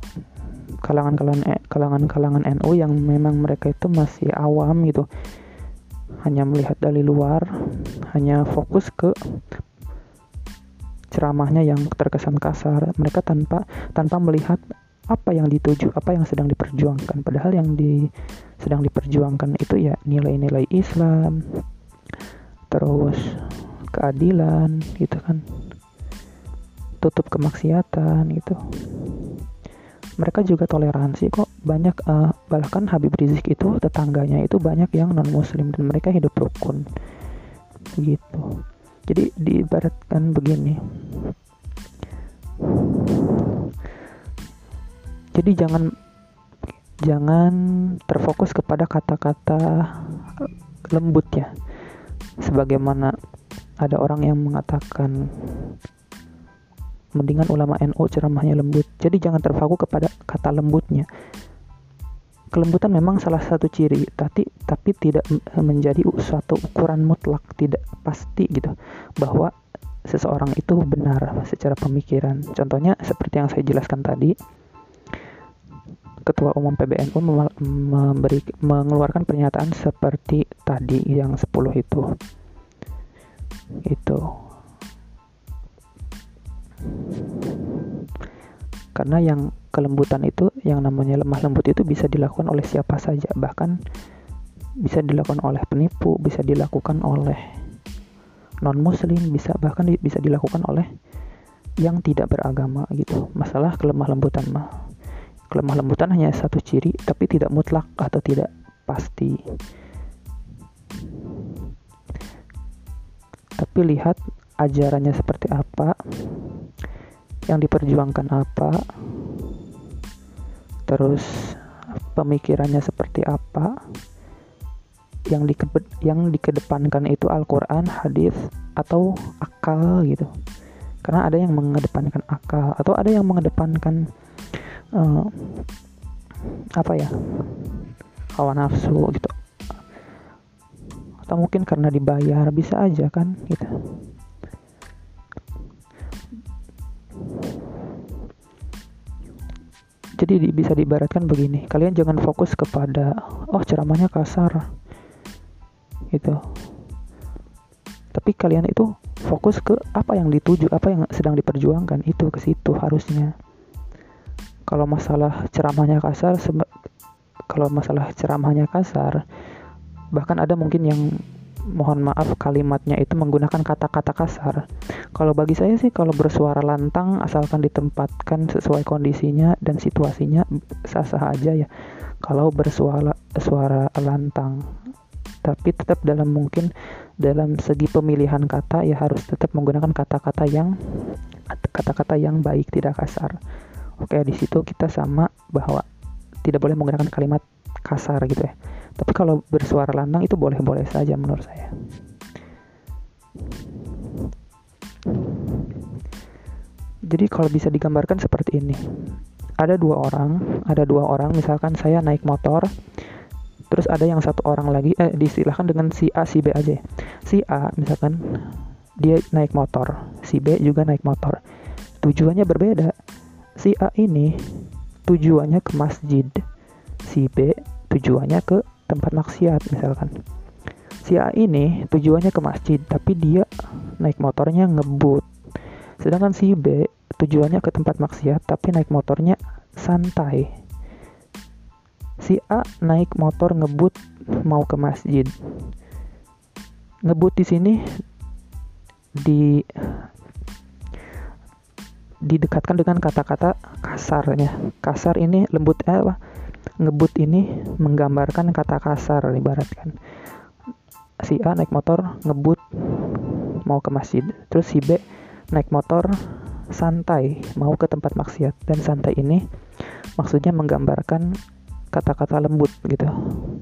Speaker 1: kalangan NU yang memang mereka itu masih awam gitu, hanya melihat dari luar, hanya fokus ke ceramahnya yang terkesan kasar. Mereka tanpa melihat apa yang dituju, apa yang sedang diperjuangkan. Padahal yang sedang diperjuangkan itu ya nilai-nilai Islam, terus keadilan gitu kan, tutup kemaksiatan gitu. Mereka juga toleransi kok. Banyak bahkan Habib Rizik itu tetangganya itu banyak yang non muslim dan mereka hidup rukun begitu. Jadi diibaratkan begini, jadi jangan terfokus kepada kata-kata lembut ya, sebagaimana ada orang yang mengatakan mendingan ulama NU ceramahnya lembut. Jadi jangan terpaku kepada kata lembutnya. Kelembutan memang salah satu ciri, tapi tidak menjadi suatu ukuran mutlak, tidak pasti gitu bahwa seseorang itu benar secara pemikiran. Contohnya seperti yang saya jelaskan tadi, Ketua Umum PBNU mengeluarkan pernyataan seperti tadi yang 10 itu. Karena yang kelembutan itu, yang namanya lemah lembut itu bisa dilakukan oleh siapa saja, bahkan bisa dilakukan oleh penipu, bisa dilakukan oleh non muslim, bahkan bisa dilakukan oleh yang tidak beragama gitu. Masalah kelemah lembutan hanya satu ciri, tapi tidak mutlak atau tidak pasti. Tapi lihat ajarannya seperti apa, yang diperjuangkan apa, terus pemikirannya seperti apa, yang dikedepankan itu Al-Quran, hadis, atau akal akal gitu. Karena ada yang mengedepankan akal atau ada yang mengedepankan hawa nafsu gitu, atau mungkin karena dibayar, bisa aja kan gitu. Jadi bisa diibaratkan begini, kalian jangan fokus kepada ceramahnya kasar gitu, tapi kalian itu fokus ke apa yang dituju, apa yang sedang diperjuangkan, itu ke situ harusnya. Kalau masalah ceramahnya kasar, bahkan ada mungkin yang mohon maaf kalimatnya itu menggunakan kata-kata kasar. Kalau bagi saya sih, kalau bersuara lantang asalkan ditempatkan sesuai kondisinya dan situasinya sah-sah aja ya. Kalau bersuara lantang, tapi tetap dalam segi pemilihan kata ya harus tetap menggunakan kata-kata yang baik, tidak kasar. Oke, di situ kita sama bahwa tidak boleh menggunakan kalimat kasar gitu ya. Tapi kalau bersuara lantang itu boleh-boleh saja menurut saya. Jadi kalau bisa digambarkan seperti ini. Ada dua orang, misalkan saya naik motor, terus ada yang satu orang lagi, diistilahkan dengan si A, si B aja. Si A misalkan dia naik motor, si B juga naik motor. Tujuannya berbeda. Si A ini tujuannya ke masjid, si B tujuannya ke tempat maksiat misalkan. Si A ini tujuannya ke masjid, tapi dia naik motornya ngebut. Sedangkan si B tujuannya ke tempat maksiat, tapi naik motornya santai. Si A naik motor ngebut mau ke masjid. Ngebut di sini didekatkan dengan kata-kata kasarnya. Kasar ini lembut ngebut ini menggambarkan kata kasar, ibaratkan. Si A naik motor ngebut mau ke masjid, terus si B naik motor santai mau ke tempat maksiat, dan santai ini maksudnya menggambarkan kata-kata lembut gitu,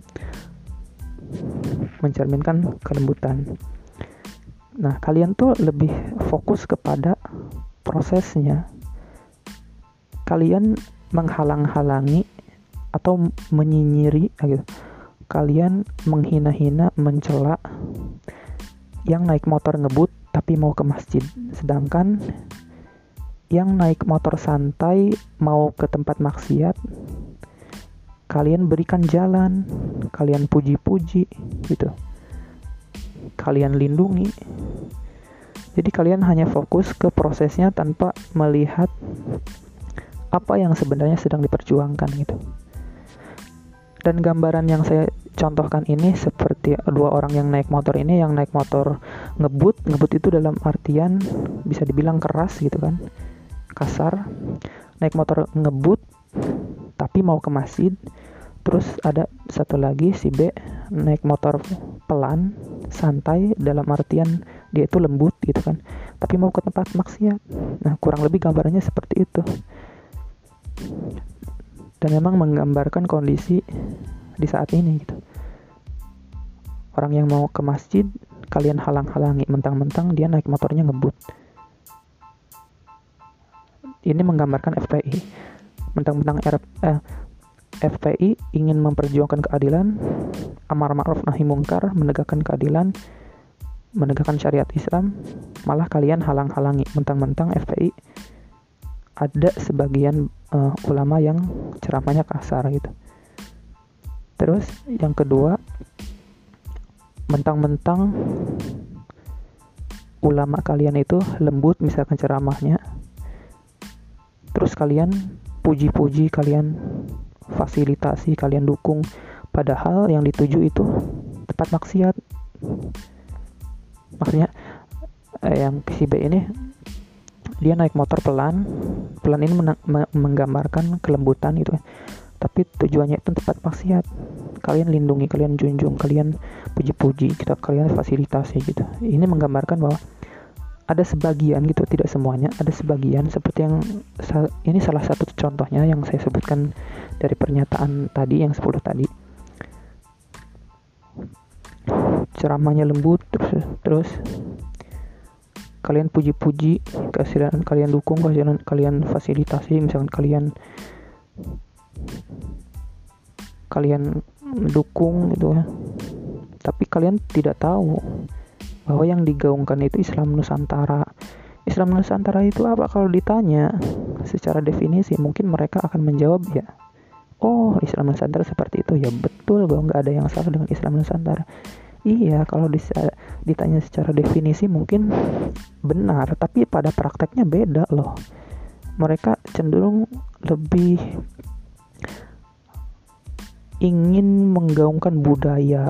Speaker 1: mencerminkan kelembutan. Nah, kalian tuh lebih fokus kepada prosesnya. Kalian menghalang-halangi atau menyinyiri gitu. Kalian menghina-hina, mencela yang naik motor ngebut tapi mau ke masjid, sedangkan yang naik motor santai mau ke tempat maksiat kalian berikan jalan, kalian puji-puji gitu, kalian lindungi. Jadi kalian hanya fokus ke prosesnya tanpa melihat apa yang sebenarnya sedang diperjuangkan gitu. Dan gambaran yang saya contohkan ini seperti dua orang yang naik motor ini. Yang naik motor ngebut itu dalam artian bisa dibilang keras gitu kan, kasar. Naik motor ngebut tapi mau ke masjid. Terus ada satu lagi si B naik motor pelan, santai, dalam artian dia itu lembut gitu kan, tapi mau ke tempat maksiat. Nah, kurang lebih gambarannya seperti itu. Dan memang menggambarkan kondisi di saat ini gitu. Orang yang mau ke masjid kalian halang-halangi, mentang-mentang dia naik motornya ngebut. Ini menggambarkan FPI. Mentang-mentang FPI ingin memperjuangkan keadilan, amar ma'ruf nahi mungkar, menegakkan keadilan, menegakkan syariat Islam, malah kalian halang-halangi. Mentang-mentang FPI ada sebagian ulama yang ceramahnya kasar gitu. Terus yang kedua, mentang-mentang ulama kalian itu lembut misalkan ceramahnya, terus kalian puji-puji, kalian fasilitasi, kalian dukung, padahal yang dituju itu tempat maksiat. Maksudnya yang si B ini dia naik motor pelan ini menggambarkan kelembutan gitu, tapi tujuannya itu tempat maksiat. Kalian lindungi, kalian junjung, kalian puji-puji, kalian fasilitasi gitu. Ini menggambarkan bahwa ada sebagian gitu, tidak semuanya, ada sebagian, seperti yang ini salah satu contohnya yang saya sebutkan dari pernyataan tadi yang 10 tadi. Ceramahnya lembut, terus kalian puji-puji, kalian dukung, kalian fasilitasi, misalkan kalian dukung gitu ya. Tapi kalian tidak tahu bahwa yang digaungkan itu Islam Nusantara. Islam Nusantara itu apa? Kalau ditanya secara definisi, mungkin mereka akan menjawab ya, oh Islam Nusantara seperti itu. Ya betul bahwa nggak ada yang salah dengan Islam Nusantara. Iya, kalau ditanya secara definisi mungkin benar, tapi pada prakteknya beda loh. Mereka cenderung lebih ingin menggaungkan budaya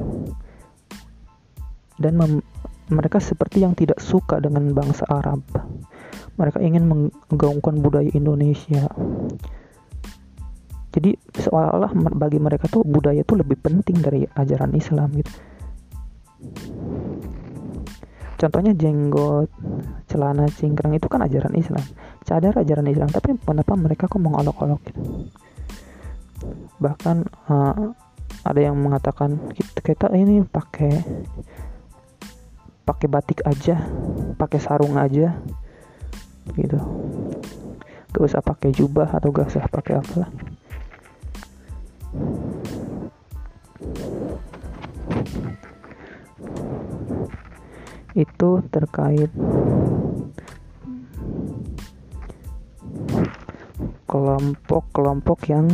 Speaker 1: dan mereka seperti yang tidak suka dengan bangsa Arab. Mereka ingin menggaungkan budaya Indonesia. Jadi seolah-olah bagi mereka tuh budaya tuh lebih penting dari ajaran Islam gitu. Contohnya jenggot, celana cingkrang itu kan ajaran Islam, cadar ajaran Islam, tapi kenapa mereka kok mengolok-olok gitu. Bahkan ada yang mengatakan kita ini pakai batik aja, pakai sarung aja gitu, gak usah pakai jubah atau gak usah pakai apalah. Itu terkait kelompok-kelompok yang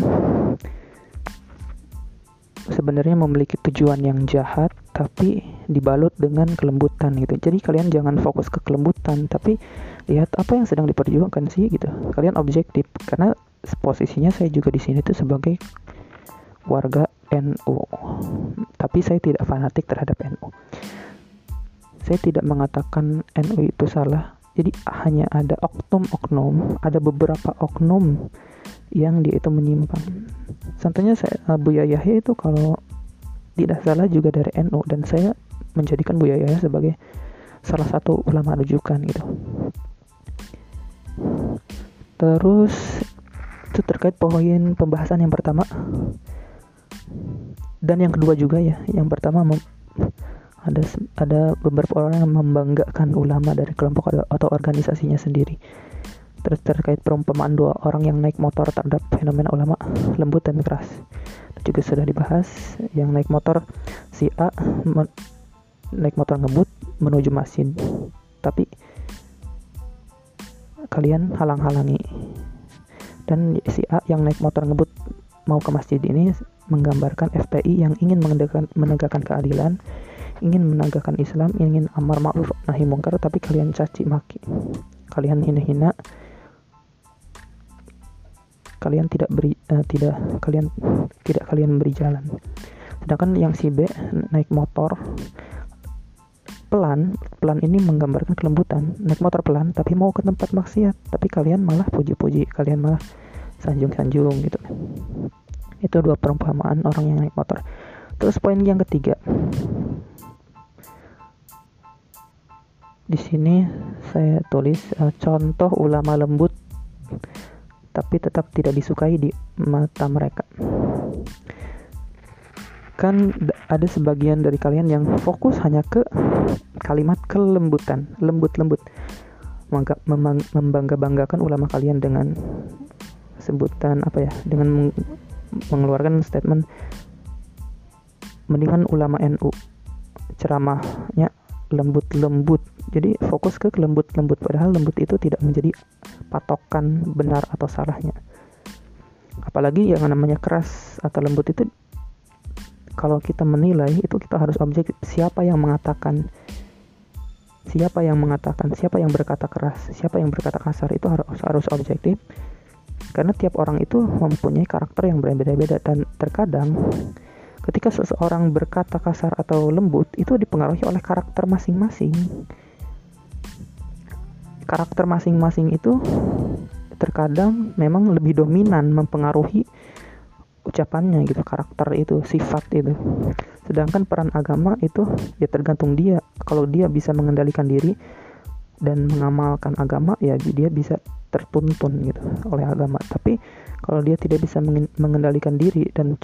Speaker 1: sebenarnya memiliki tujuan yang jahat tapi dibalut dengan kelembutan gitu. Jadi kalian jangan fokus ke kelembutan, tapi lihat apa yang sedang diperjuangkan sih gitu. Kalian objektif, karena posisinya saya juga di sini tuh sebagai warga NU, tapi saya tidak fanatik terhadap NU. Saya tidak mengatakan NU itu salah. Jadi hanya ada oknum-oknum, ada beberapa oknum yang dia itu menyimpang. Contohnya Buya Yahya itu kalau tidak salah juga dari NU, dan saya menjadikan Buya Yahya sebagai salah satu ulama rujukan gitu. Terus itu terkait poin pembahasan yang pertama dan yang kedua juga ya. Yang pertama ada beberapa orang yang membanggakan ulama dari kelompok atau organisasinya sendiri. Terus terkait perumpamaan dua orang yang naik motor terhadap fenomena ulama, lembut dan keras, itu juga sudah dibahas. Yang naik motor, si A naik motor ngebut menuju masjid, tapi kalian halang-halangi. Dan si A yang naik motor ngebut mau ke masjid ini menggambarkan FPI yang ingin menegakkan keadilan, ingin menegakkan Islam, ingin amar ma'ruf nahi mungkar, tapi kalian caci maki, kalian hina-hina, kalian tidak beri jalan. Sedangkan yang si B naik motor pelan ini menggambarkan kelembutan, naik motor pelan tapi mau ke tempat maksiat, tapi kalian malah puji-puji, kalian malah sanjung-sanjung gitu. Itu dua perumpamaan orang yang naik motor. Terus poin yang ketiga, di sini saya tulis contoh ulama lembut tapi tetap tidak disukai di mata mereka. Kan ada sebagian dari kalian yang fokus hanya ke kalimat kelembutan, lembut-lembut, membangga-banggakan ulama kalian dengan sebutan apa ya, dengan mengeluarkan statement mendingan ulama NU ceramahnya lembut-lembut. Jadi fokus ke lembut-lembut, padahal lembut itu tidak menjadi patokan benar atau salahnya. Apalagi yang namanya keras atau lembut itu, kalau kita menilai itu kita harus objektif. Siapa yang mengatakan, siapa yang berkata keras, siapa yang berkata kasar, itu harus objektif. Karena tiap orang itu mempunyai karakter yang berbeda-beda, dan terkadang ketika seseorang berkata kasar atau lembut itu dipengaruhi oleh karakter masing-masing. Karakter masing-masing itu terkadang memang lebih dominan mempengaruhi ucapannya gitu, karakter itu, sifat itu. Sedangkan peran agama itu ya tergantung dia. Kalau dia bisa mengendalikan diri dan mengamalkan agama, ya dia bisa tertuntun gitu oleh agama. Tapi kalau dia tidak bisa mengendalikan diri dan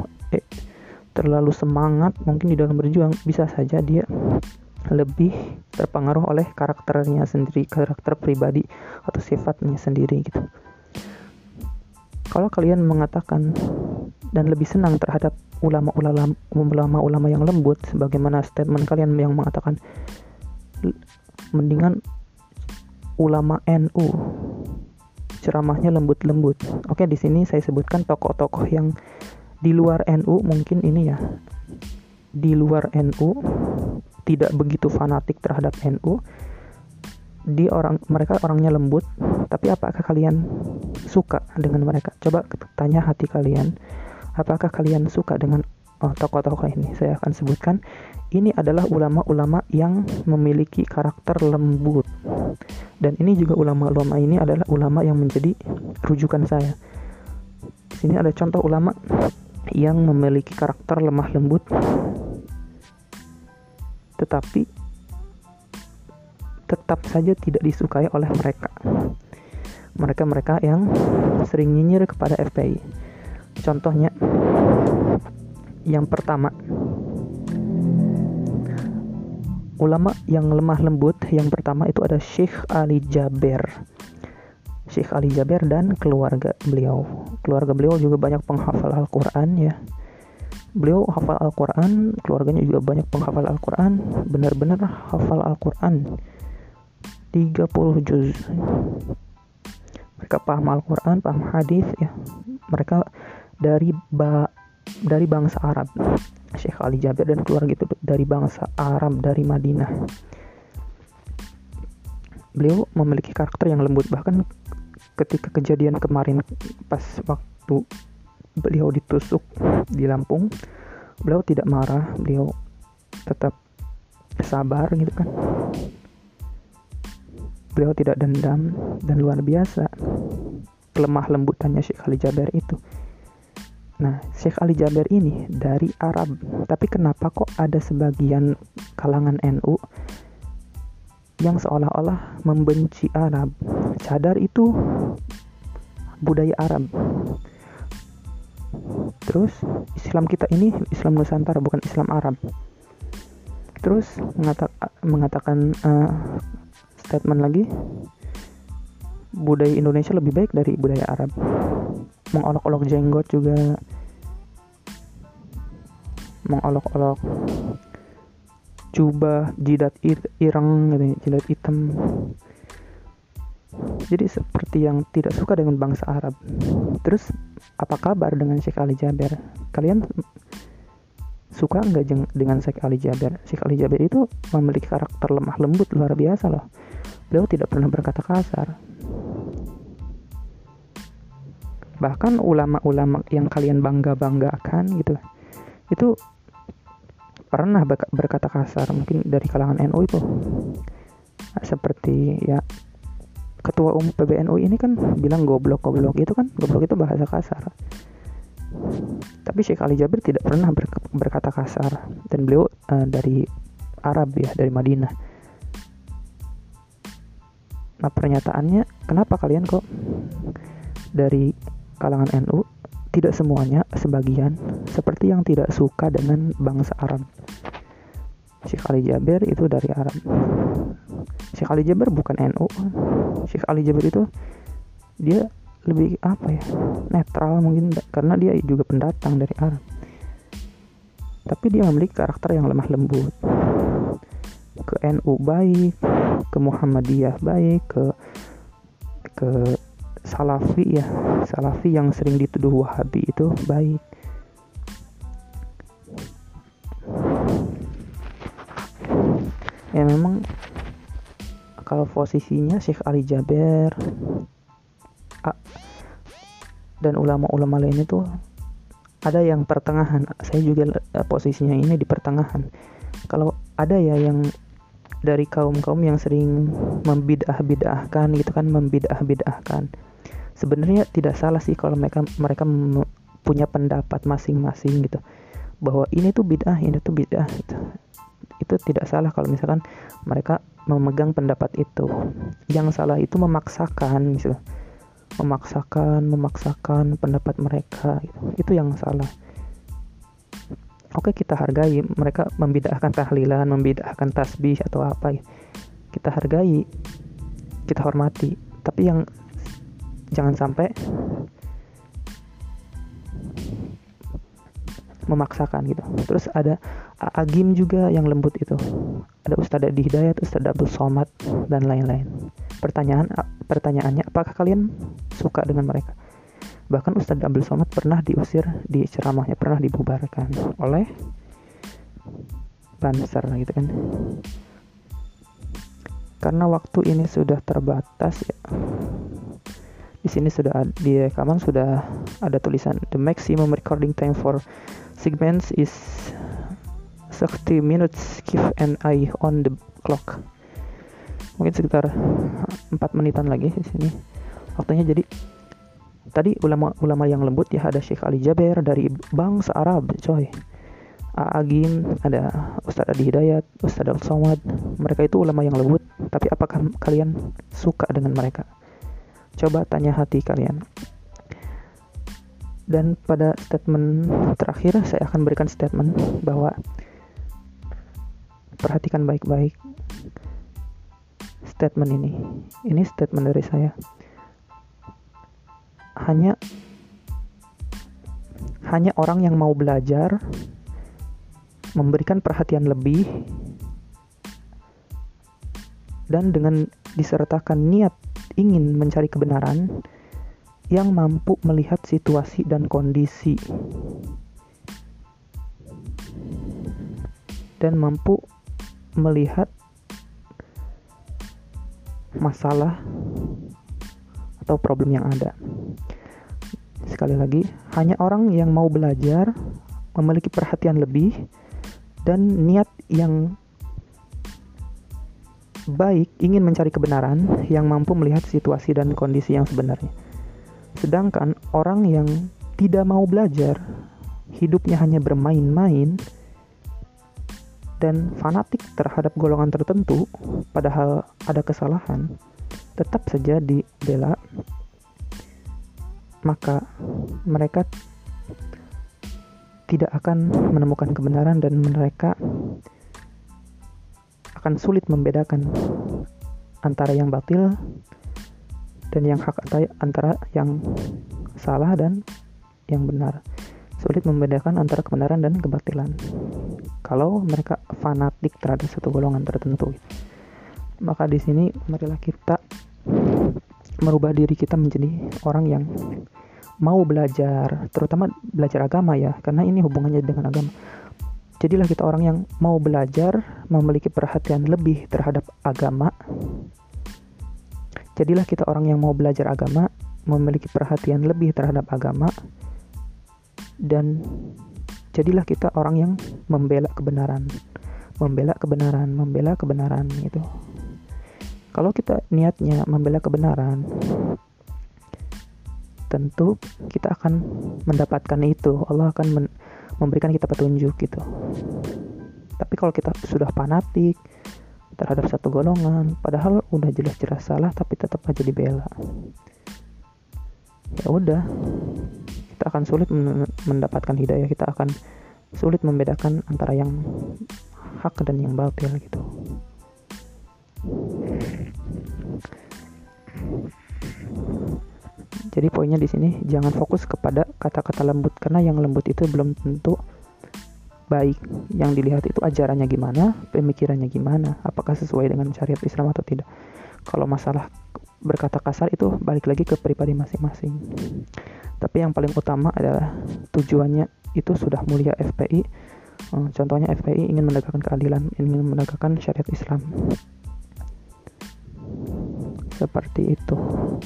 Speaker 1: terlalu semangat mungkin di dalam berjuang, bisa saja dia lebih terpengaruh oleh karakternya sendiri, karakter pribadi atau sifatnya sendiri gitu. Kalau kalian mengatakan dan lebih senang terhadap ulama-ulama yang lembut, sebagaimana statement kalian yang mengatakan mendingan ulama NU ceramahnya lembut-lembut. Oke, di sini saya sebutkan tokoh-tokoh yang di luar NU, mungkin ini ya, di luar NU tidak begitu fanatik terhadap NU. Mereka orangnya lembut, tapi apakah kalian suka dengan mereka? Coba tanya hati kalian, apakah kalian suka dengan tokoh-tokoh ini? Saya akan sebutkan, ini adalah ulama-ulama yang memiliki karakter lembut, dan ini juga ulama-ulama ini adalah ulama yang menjadi rujukan saya. Di sini ada contoh ulama yang memiliki karakter lemah lembut, tetapi tetap saja tidak disukai oleh mereka yang sering nyinyir kepada FPI. Contohnya, yang pertama, ulama yang lemah lembut yang pertama itu ada Syekh Ali Jaber. Syekh Ali Jaber dan keluarga beliau. Keluarga beliau juga banyak penghafal Al-Quran ya. Beliau hafal Al-Quran, keluarganya juga banyak penghafal Al-Quran, benar-benar hafal Al-Quran 30 juz. Mereka paham Al-Quran, paham hadis ya. Mereka dari bangsa Arab. Syekh Ali Jaber dan keluarga itu dari bangsa Arab, dari Madinah. Beliau memiliki karakter yang lembut. Bahkan ketika kejadian kemarin pas waktu beliau ditusuk di Lampung, beliau tidak marah, beliau tetap sabar gitu kan. Beliau tidak dendam, dan luar biasa lemah lembutannya Syekh Ali Jaber itu. Nah, Syekh Ali Jaber ini dari Arab, tapi kenapa kok ada sebagian kalangan NU yang seolah-olah membenci Arab? Cadar itu budaya Arab. Terus Islam kita ini Islam Nusantara, bukan Islam Arab. Terus mengatakan statement lagi, budaya Indonesia lebih baik dari budaya Arab. Mengolok-olok jenggot juga, mengolok-olok jubah, jidat ireng, jidat hitam. Jadi seperti yang tidak suka dengan bangsa Arab. Terus apa kabar dengan Syekh Ali Jaber? Kalian suka nggak dengan Syekh Ali Jaber? Syekh Ali Jaber itu memiliki karakter lemah lembut luar biasa loh. Beliau tidak pernah berkata kasar. Bahkan ulama-ulama yang kalian bangga-banggakan gitu, itu pernah berkata kasar, mungkin dari kalangan NU itu. Seperti ya, Ketua Umum PBNU ini kan bilang goblok itu kan, goblok itu bahasa kasar. Tapi Syekh Ali Jaber tidak pernah berkata kasar, dan beliau dari Arab ya, dari Madinah. Nah, pernyataannya, kenapa kalian kok dari kalangan NU tidak semuanya, sebagian seperti yang tidak suka dengan bangsa Arab? Syekh Ali Jaber itu dari Arab. Syekh Ali Jaber bukan NU. Syekh Ali Jaber itu dia lebih netral mungkin, karena dia juga pendatang dari Arab. Tapi dia memiliki karakter yang lemah lembut. Ke NU baik, ke Muhammadiyah baik, ke Salafi ya, Salafi yang sering dituduh Wahabi itu baik. Ya memang kalau posisinya Syekh Ali Jaber dan ulama-ulama lainnya tuh ada yang pertengahan. Saya juga posisinya ini di pertengahan. Kalau ada ya yang dari kaum-kaum yang sering membid'ah-bid'ahkan gitu kan, membid'ah-bid'ahkan. Sebenarnya tidak salah sih kalau mereka punya pendapat masing-masing gitu, bahwa ini tuh bid'ah, ini tuh bid'ah gitu. Itu tidak salah kalau misalkan mereka memegang pendapat itu. Yang salah itu memaksakan gitu. Memaksakan pendapat mereka gitu. Itu yang salah. Oke, kita hargai mereka membid'ahkan tahlilan, membid'ahkan tasbih atau apa ya. kita hargai, kita hormati, tapi yang jangan sampai memaksakan gitu. Terus ada Agim juga yang lembut itu, ada Ustadz Adi Hidayat, Ustadz Abdul Somad, dan lain-lain. Pertanyaannya, apakah kalian suka dengan mereka? Bahkan Ustadz Abdul Somad pernah diusir di ceramahnya, pernah dibubarkan oleh Banser gitu kan. Karena waktu ini sudah terbatas ya. Di sini sudah di rekaman sudah ada tulisan the maximum recording time for segments is 60 minutes. Keep an eye on the clock. Mungkin sekitar 4 menitan lagi di sini waktunya. Jadi tadi ulama yang lembut ya, ada Syekh Ali Jaber dari bangsa Arab, coy. Agim, ada Ustadz Adi Hidayat, Ustadz Abdul Somad. Mereka itu ulama yang lembut, tapi apakah kalian suka dengan mereka? Coba tanya hati kalian. Dan pada statement terakhir saya akan berikan statement bahwa perhatikan baik-baik statement ini. Ini statement dari saya. Hanya orang yang mau belajar, memberikan perhatian lebih, dan dengan disertakan niat ingin mencari kebenaran, yang mampu melihat situasi dan kondisi, dan mampu melihat masalah atau problem yang ada. Sekali lagi, hanya orang yang mau belajar, memiliki perhatian lebih, dan niat yang baik ingin mencari kebenaran, yang mampu melihat situasi dan kondisi yang sebenarnya. Sedangkan orang yang tidak mau belajar, hidupnya hanya bermain-main dan fanatik terhadap golongan tertentu, padahal ada kesalahan, tetap saja dibela, maka mereka tidak akan menemukan kebenaran dan mereka akan sulit membedakan antara yang batil dan yang hak, antara yang salah dan yang benar. Sulit membedakan antara kebenaran dan kebatilan kalau mereka fanatik terhadap satu golongan tertentu. Maka di sini marilah kita merubah diri kita menjadi orang yang mau belajar, terutama belajar agama ya, karena ini hubungannya dengan agama. Jadilah kita orang yang mau belajar, memiliki perhatian lebih terhadap agama. Jadilah kita orang yang mau belajar agama, memiliki perhatian lebih terhadap agama, dan jadilah kita orang yang membela kebenaran gitu. Kalau kita niatnya membela kebenaran, tentu kita akan mendapatkan itu. Allah akan memberikan kita petunjuk gitu. Tapi kalau kita sudah fanatik terhadap satu golongan, padahal udah jelas-jelas salah tapi tetap aja dibela, ya udah, kita akan sulit mendapatkan hidayah. Kita akan sulit membedakan antara yang hak dan yang batil gitu. Jadi poinnya di sini, jangan fokus kepada kata-kata lembut, karena yang lembut itu belum tentu baik. Yang dilihat itu ajarannya gimana, pemikirannya gimana, apakah sesuai dengan syariat Islam atau tidak. Kalau masalah berkata kasar itu balik lagi ke pribadi masing-masing. Tapi yang paling utama adalah tujuannya itu sudah mulia. FPI, contohnya FPI ingin menegakkan keadilan, ingin menegakkan syariat Islam. Seperti itu.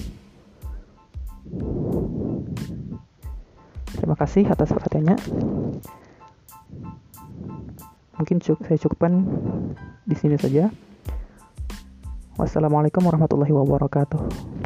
Speaker 1: Terima kasih atas perhatiannya. Mungkin saya cukupkan di sini saja. Wassalamualaikum warahmatullahi wabarakatuh.